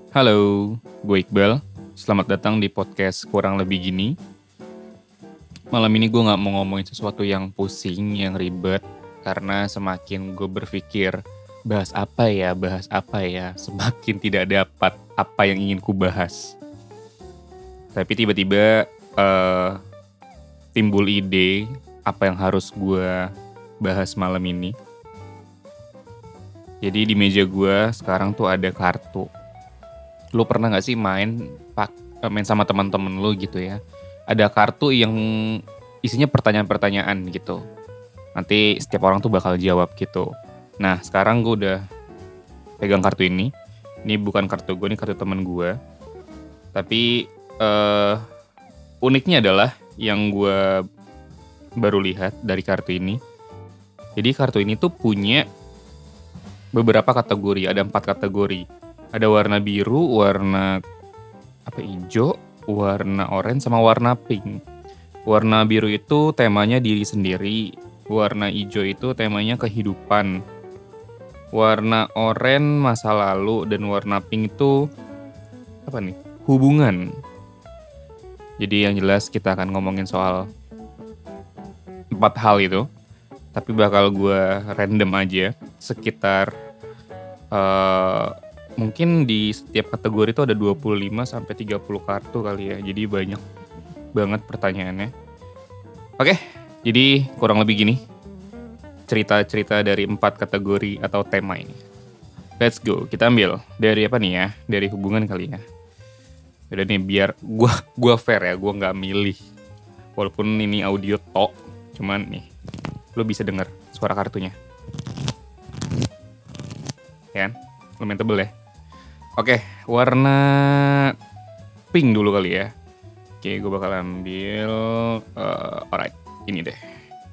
Halo, gue Iqbal. Selamat datang di podcast Kurang Lebih Gini. Malam ini gue gak mau ngomongin sesuatu yang pusing, yang ribet. Karena semakin gue berpikir, bahas apa ya, semakin tidak dapat apa yang ingin ku bahas. Tapi tiba-tiba timbul ide apa yang harus gue bahas malam ini. Jadi di meja gue sekarang tuh ada kartu. Lu pernah gak sih main sama teman-teman lu gitu ya? Ada kartu yang isinya pertanyaan-pertanyaan gitu. Nanti setiap orang tuh bakal jawab gitu. Nah sekarang gue udah pegang kartu ini. Ini bukan kartu gue, ini kartu temen gue. Tapi uniknya adalah yang gue baru lihat dari kartu ini. Jadi kartu ini tuh punya beberapa kategori, ada 4 kategori. Ada warna biru, warna hijau, warna oranye, sama warna pink. Warna biru itu temanya diri sendiri, warna hijau itu temanya kehidupan, warna oranye masa lalu, dan warna pink itu hubungan. Jadi yang jelas kita akan ngomongin soal 4 hal itu. Tapi bakal gue random aja sekitar mungkin di setiap kategori itu ada 25 sampai 30 kartu kali ya. Jadi banyak banget pertanyaannya. Oke, jadi kurang lebih gini cerita-cerita dari 4 kategori atau tema ini. Let's go. Kita ambil dari apa nih ya? Dari hubungan kali ya. Udah nih biar gua fair ya, gua nggak milih. Walaupun ini audio tok, cuman nih lo bisa dengar suara kartunya. Ya kan? Lumayan tebel ya. Oke, warna pink dulu kali ya. Oke, gue bakal ambil alright, ini deh.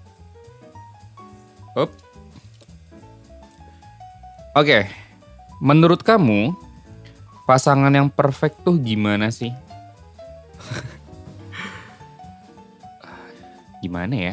Oke, menurut kamu pasangan yang perfect tuh gimana sih? Gimana ya?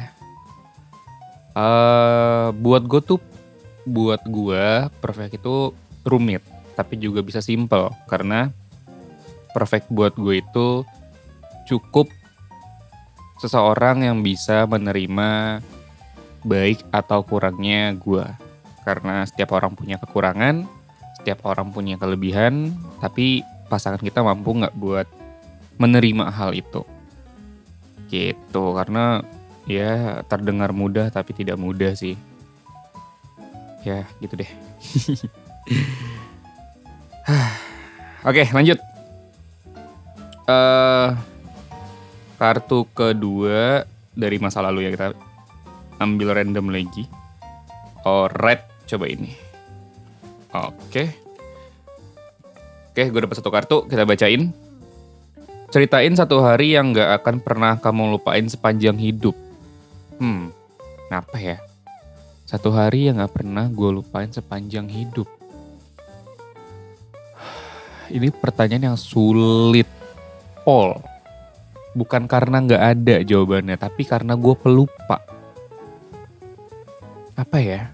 Buat gue perfect itu rumit, tapi juga bisa simple. Karena perfect buat gue itu cukup seseorang yang bisa menerima baik atau kurangnya gue. Karena setiap orang punya kekurangan, setiap orang punya kelebihan, tapi pasangan kita mampu gak buat menerima hal itu. Gitu, karena ya terdengar mudah tapi tidak mudah sih. Ya gitu deh. Oke, lanjut. Kartu kedua dari masa lalu ya, kita ambil random lagi. Alright, coba ini. Oke, gue dapat 1 kartu, kita bacain. Ceritain 1 hari yang gak akan pernah kamu lupain sepanjang hidup. Kenapa ya? 1 hari yang gak pernah gue lupain sepanjang hidup. Ini pertanyaan yang sulit, Paul. Bukan karena gak ada jawabannya, tapi karena gue pelupa. Apa ya?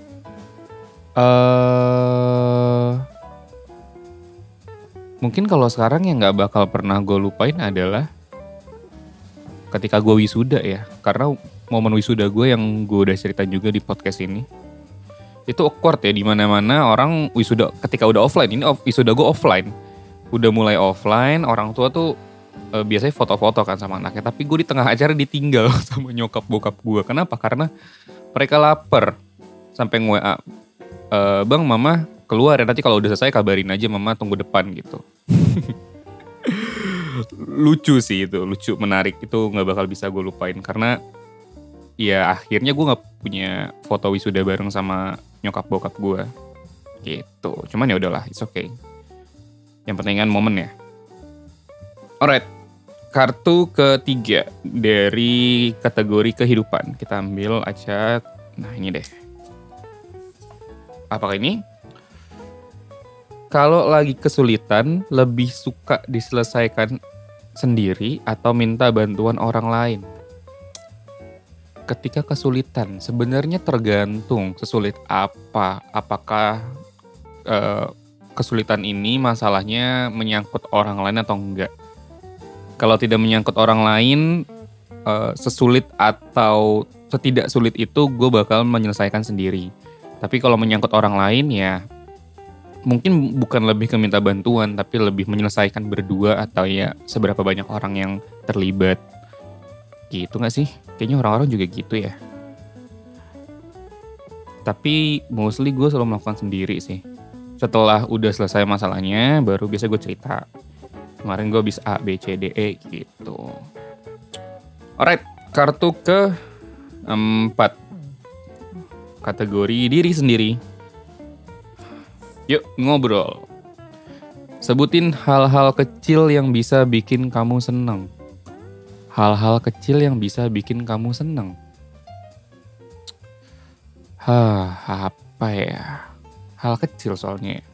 Mungkin kalau sekarang yang gak bakal pernah gue lupain adalah ketika gue wisuda ya. Karena momen wisuda gue yang gue udah cerita juga di podcast ini, itu awkward ya, di mana-mana orang wisuda ketika udah offline. Ini wisuda gue offline, udah mulai offline. Orang tua tuh biasanya foto-foto kan sama anaknya, tapi gue di tengah acara ditinggal sama nyokap bokap gue. Kenapa? Karena mereka lapar sampai nge-WA, bang mama keluar ya, nanti kalau udah selesai kabarin aja, mama tunggu depan gitu. Lucu sih itu, lucu, menarik, itu nggak bakal bisa gue lupain karena ya akhirnya gue nggak punya foto wisuda bareng sama nyokap bokap gue gitu. Cuman ya udahlah, it's okay. Yang penting kan momen ya. Alright, kartu ketiga dari kategori kehidupan kita ambil aja. Nah ini deh. Apakah ini? Kalau lagi kesulitan, lebih suka diselesaikan sendiri atau minta bantuan orang lain? Ketika kesulitan, sebenarnya tergantung sesulit apa. Apakah kesulitan ini masalahnya menyangkut orang lain atau enggak. Kalau tidak menyangkut orang lain, sesulit atau setidak sulit itu gue bakal menyelesaikan sendiri. Tapi kalau menyangkut orang lain ya mungkin bukan lebih ke minta bantuan, tapi lebih menyelesaikan berdua atau ya seberapa banyak orang yang terlibat. Gitu gak sih? Kayaknya orang-orang juga gitu ya. Tapi mostly gue selalu melakukan sendiri sih. Setelah udah selesai masalahnya, baru biasa gue cerita. Kemarin gue habis A, B, C, D, E gitu. Alright, kartu ke 4. Kategori diri sendiri. Yuk ngobrol. Sebutin hal-hal kecil yang bisa bikin kamu seneng. Hal-hal kecil yang bisa bikin kamu seneng. Apa ya? Hal kecil soalnya.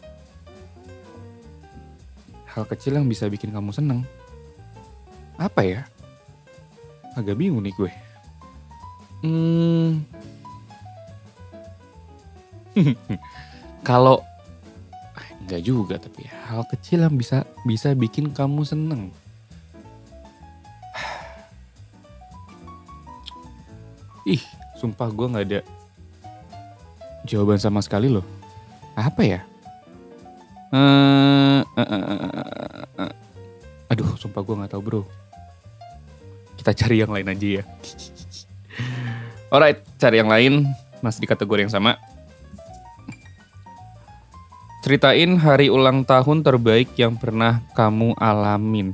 Hal kecil yang bisa bikin kamu seneng. Apa ya? Agak bingung nih gue. Kalau enggak juga tapi hal kecil yang bisa bikin kamu seneng. Ih, sumpah gue nggak ada jawaban sama sekali loh. Apa ya? Aduh, sumpah gue nggak tahu bro. Kita cari yang lain aja ya. Alright, cari yang lain. Masih di kategori yang sama. Ceritain hari ulang tahun terbaik yang pernah kamu alamin.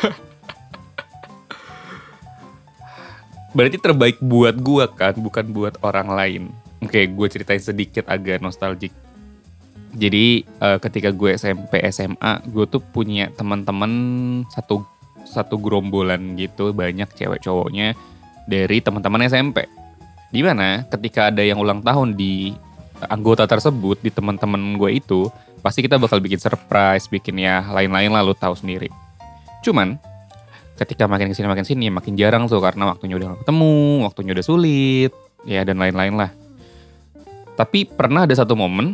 Berarti terbaik buat gue kan, bukan buat orang lain. Oke, gue ceritain sedikit agak nostalgic. Jadi ketika gue SMP, SMA, gue tuh punya teman-teman satu gerombolan gitu, banyak cewek cowoknya dari teman-teman SMP. Di mana ketika ada yang ulang tahun di anggota tersebut, di teman-teman gue itu, pasti kita bakal bikin surprise, bikin ya lain-lain lah, lu tahu sendiri. Cuman ketika makin kesini makin jarang tuh karena waktunya udah gak ketemu, waktunya udah sulit, ya dan lain-lain lah. Tapi pernah ada satu momen,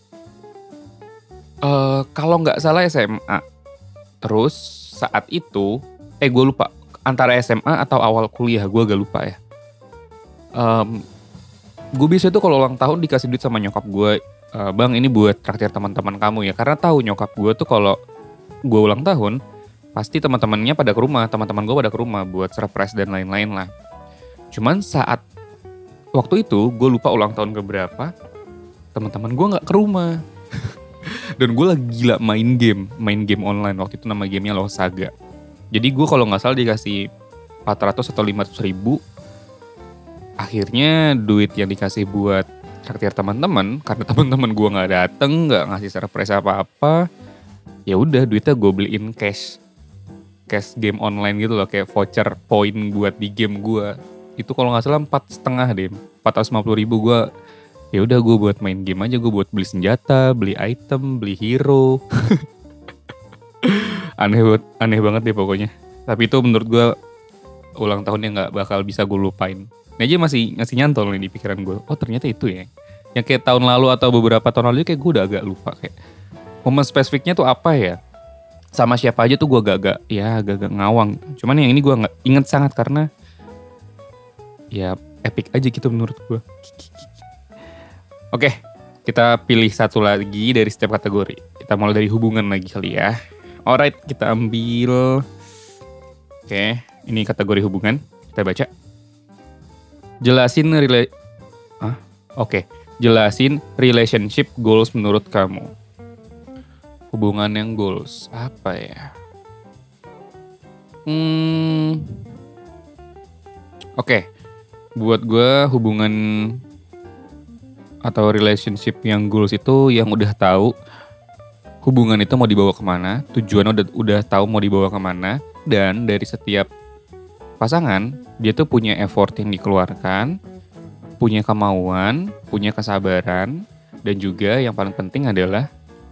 kalau nggak salah SMA, terus saat itu, gue lupa antara SMA atau awal kuliah, gue agak lupa ya. Gue biasa tuh kalau ulang tahun dikasih duit sama nyokap gue, bang ini buat traktir teman-teman kamu ya, karena tahu nyokap gue tuh kalau gue ulang tahun pasti teman-temannya pada ke rumah, teman-teman gue pada ke rumah buat surprise dan lain-lain lah. Cuman saat waktu itu gue lupa ulang tahun keberapa, teman-teman gue nggak ke rumah. Dan gue lagi gila main game online. Waktu itu nama gamenya Lost Saga. Jadi gue kalau nggak salah dikasih 400 atau 500 ribu. Akhirnya duit yang dikasih buat traktir teman-teman, karena teman-teman gue nggak dateng, nggak ngasih surprise apa-apa, ya udah duitnya gue beliin cash game online gitu loh, kayak voucher poin buat di game gue. Itu kalau nggak salah 4,5 deh, 450 ribu gue. Ya udah gue buat main game aja, gue buat beli senjata, beli item, beli hero. aneh banget deh pokoknya. Tapi itu menurut gue ulang tahun yang nggak bakal bisa gue lupain. Ini aja masih nyantol nih di pikiran gue. Oh ternyata itu ya. Yang kayak tahun lalu atau beberapa tahun lalu kayak gue udah agak lupa kayak momen spesifiknya tuh apa ya. Sama siapa aja tuh gue agak ngawang. Cuman yang ini gue nggak inget sangat karena ya epic aja gitu menurut gue. Oke, kita pilih satu lagi dari setiap kategori. Kita mulai dari hubungan lagi kali ya. Alright, kita ambil. Oke, ini kategori hubungan. Kita baca. Jelasin Jelasin relationship goals menurut kamu. Hubungan yang goals apa ya? Oke. Buat gue hubungan atau relationship yang goals itu yang udah tahu hubungan itu mau dibawa kemana, tujuannya udah tahu mau dibawa kemana, dan dari setiap pasangan dia tuh punya effort yang dikeluarkan, punya kemauan, punya kesabaran, dan juga yang paling penting adalah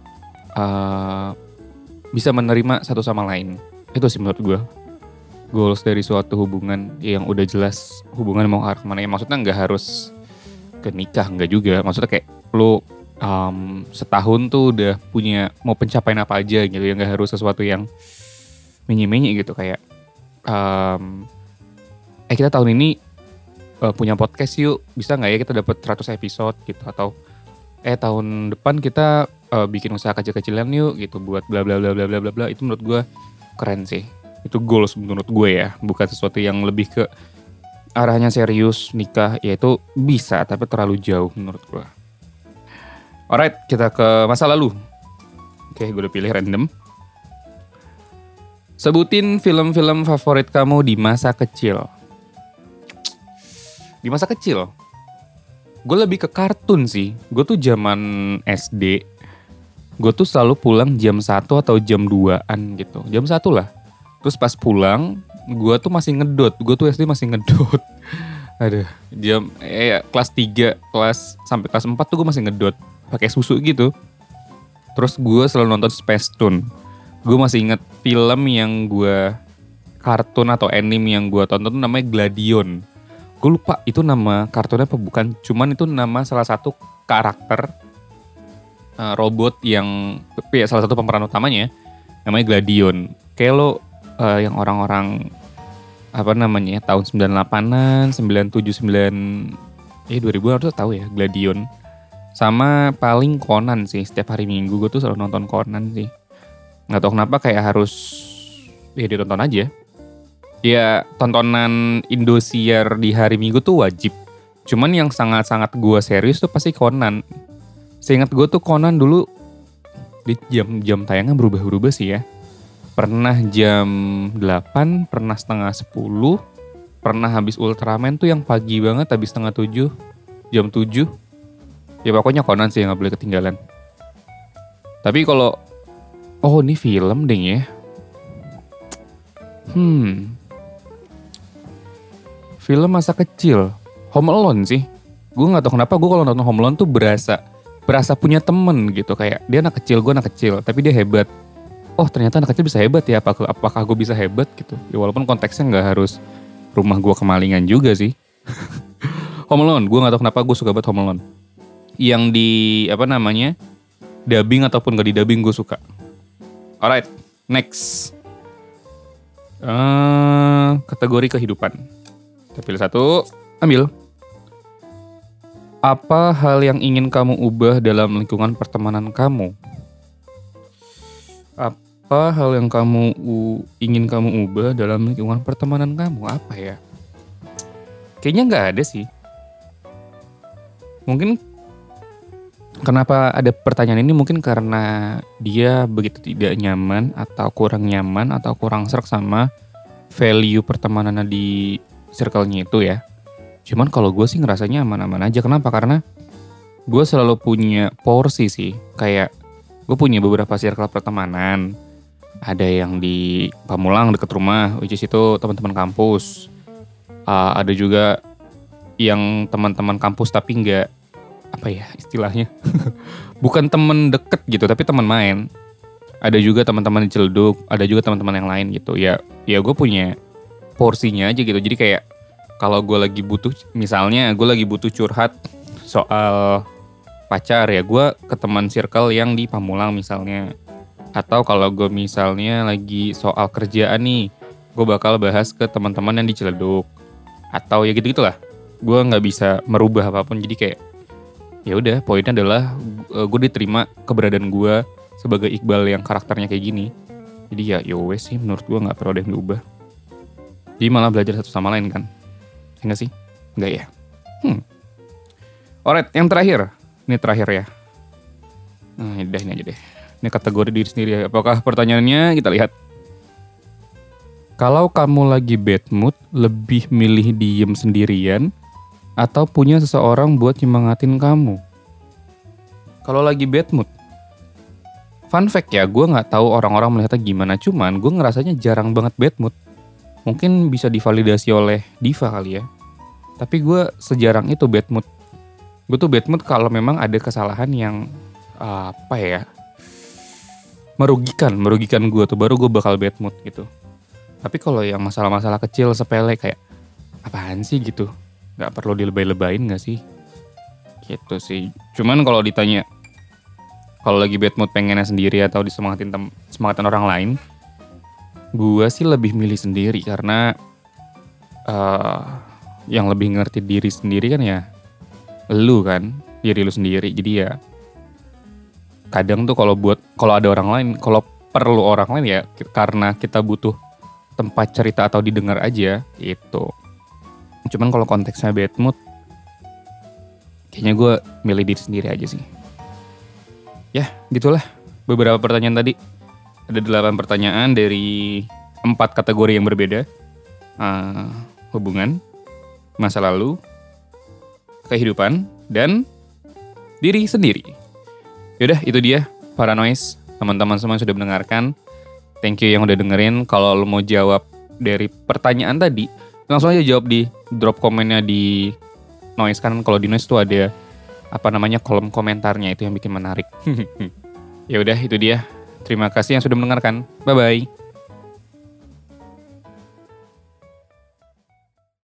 bisa menerima satu sama lain. Itu sih menurut gue goals dari suatu hubungan yang udah jelas hubungan mau arah kemana. Ya maksudnya nggak harus ke nikah, nggak juga. Maksudnya kayak lo setahun tuh udah punya mau pencapaian apa aja gitu ya, nggak harus sesuatu yang menye-menye gitu kayak kita tahun ini punya podcast yuk, bisa nggak ya kita dapat 100 episode gitu, atau tahun depan kita bikin usaha kecil-kecilan yuk gitu buat bla bla bla bla bla bla bla. Itu menurut gue keren sih. Itu goals menurut gue ya, bukan sesuatu yang lebih ke arahnya serius nikah, ya itu bisa tapi terlalu jauh menurut gue. Alright, kita ke masa lalu. Oke, gue udah pilih random. Sebutin film-film favorit kamu di masa kecil. Di masa kecil, gue lebih ke kartun sih. Gue tuh zaman SD, gue tuh selalu pulang jam 1 atau jam 2-an gitu. Jam 1 lah. Terus pas pulang, gue tuh masih ngedot. Gue tuh SD masih ngedot. Aduh, kelas 3, sampai kelas 4 tuh gue masih ngedot. Pakai susu gitu. Terus gue selalu nonton Space Tune. Gue masih inget film yang gue, kartun atau anime yang gue tonton tuh namanya Gladion. Gue lupa itu nama kartunnya apa bukan. Cuman itu nama salah satu karakter robot yang salah satu pemeran utamanya namanya Gladion. Kayak lo yang orang-orang apa namanya tahun 98-an, 97, 2000 harus tahu ya Gladion. Sama paling Conan sih, setiap hari Minggu gue tuh selalu nonton Conan sih. Gak tau kenapa kayak harus ya ditonton aja. Ya tontonan Indosiar di hari Minggu tuh wajib. Cuman yang sangat-sangat gue serius tuh pasti Conan. Seingat gue tuh Conan dulu di jam tayangnya berubah-ubah sih ya. Pernah jam 8, pernah setengah 10, pernah habis Ultraman tuh yang pagi banget habis setengah 7, jam 7. Ya pokoknya Conan sih yang gak boleh ketinggalan. Tapi kalau ini film deh ya. Film masa kecil, Home Alone sih. Gue gak tahu kenapa gue kalau nonton Home Alone tuh berasa punya temen gitu. Kayak dia anak kecil, gue anak kecil, tapi dia hebat. Oh ternyata anak kecil bisa hebat ya, apakah gue bisa hebat gitu. Ya walaupun konteksnya gak harus rumah gue kemalingan juga sih. Home Alone, gue gak tahu kenapa gue suka banget Home Alone. Yang di dubbing ataupun gak di dubbing gue suka. Alright, next. Kategori kehidupan. Kita pilih satu, ambil. Apa hal yang ingin kamu ubah dalam lingkungan pertemanan kamu? Apa hal yang ingin kamu ubah dalam lingkungan pertemanan kamu? Apa ya? Kayaknya gak ada sih. Mungkin kenapa ada pertanyaan ini mungkin karena dia begitu tidak nyaman atau kurang nyaman atau kurang serak sama value pertemanannya di circle-nya itu ya. Cuman kalau gue sih ngerasanya aman-aman aja. Kenapa? Karena gue selalu punya porsi sih. Kayak gue punya beberapa circle pertemanan. Ada yang di Pamulang deket rumah, which is itu teman-teman kampus. Ada juga yang teman-teman kampus tapi nggak, apa ya istilahnya, bukan temen deket gitu tapi teman main. Ada juga teman-teman di Ciledug, ada juga teman-teman yang lain gitu. Ya gue punya porsinya aja gitu. Jadi kayak kalau gue lagi butuh, misalnya gue lagi butuh curhat soal pacar ya gue ke teman circle yang di Pamulang misalnya. Atau kalau gue misalnya lagi soal kerjaan nih, gue bakal bahas ke teman-teman yang di Ciledug. Atau ya gitu-gitulah. Gue nggak bisa merubah apapun. Jadi kayak ya udah, poinnya adalah gue diterima keberadaan gue sebagai Iqbal yang karakternya kayak gini. Jadi ya wes sih, menurut gue nggak perlu ada yang diubah. Jadi malah belajar satu sama lain kan. Enggak sih? Enggak ya? Alright, yang terakhir. Ini terakhir ya. Nah, ini aja deh. Ini kategori diri sendiri ya. Apakah pertanyaannya? Kita lihat. Kalau kamu lagi bad mood, lebih milih diem sendirian atau punya seseorang buat nyemangatin kamu? Kalau lagi bad mood, fun fact ya, gue nggak tahu orang-orang melihatnya gimana. Cuman gue ngerasanya jarang banget bad mood. Mungkin bisa divalidasi oleh Diva kali ya. Tapi gue sejarang itu bad mood. Gue tuh bad mood kalau memang ada kesalahan yang merugikan gue tuh, baru gue bakal bad mood gitu. Tapi kalau yang masalah-masalah kecil sepele kayak apaan sih gitu, nggak perlu dilebay-lebayin nggak sih? Gitu sih. Cuman kalau ditanya Kalau lagi bad mood pengennya sendiri atau semangatin orang lain, gue sih lebih milih sendiri karena eh, yang lebih ngerti diri sendiri kan ya lu kan, diri lu sendiri. Jadi ya kadang tuh kalau ada orang lain, kalau perlu orang lain ya karena kita butuh tempat cerita atau didengar aja gitu. Cuman kalau konteksnya bad mood, kayaknya gue milih diri sendiri aja sih. Ya, gitulah beberapa pertanyaan tadi. Ada 8 pertanyaan dari 4 kategori yang berbeda. Hubungan, masa lalu, kehidupan, dan diri sendiri. Yaudah, itu dia para noise. Teman-teman semua yang sudah mendengarkan. Thank you yang udah dengerin. Kalau lo mau jawab dari pertanyaan tadi, langsung aja jawab di drop komennya di noise. Kan kalau di noise tuh ada kolom komentarnya, itu yang bikin menarik. Ya udah, itu dia. Terima kasih yang sudah mendengarkan. Bye bye.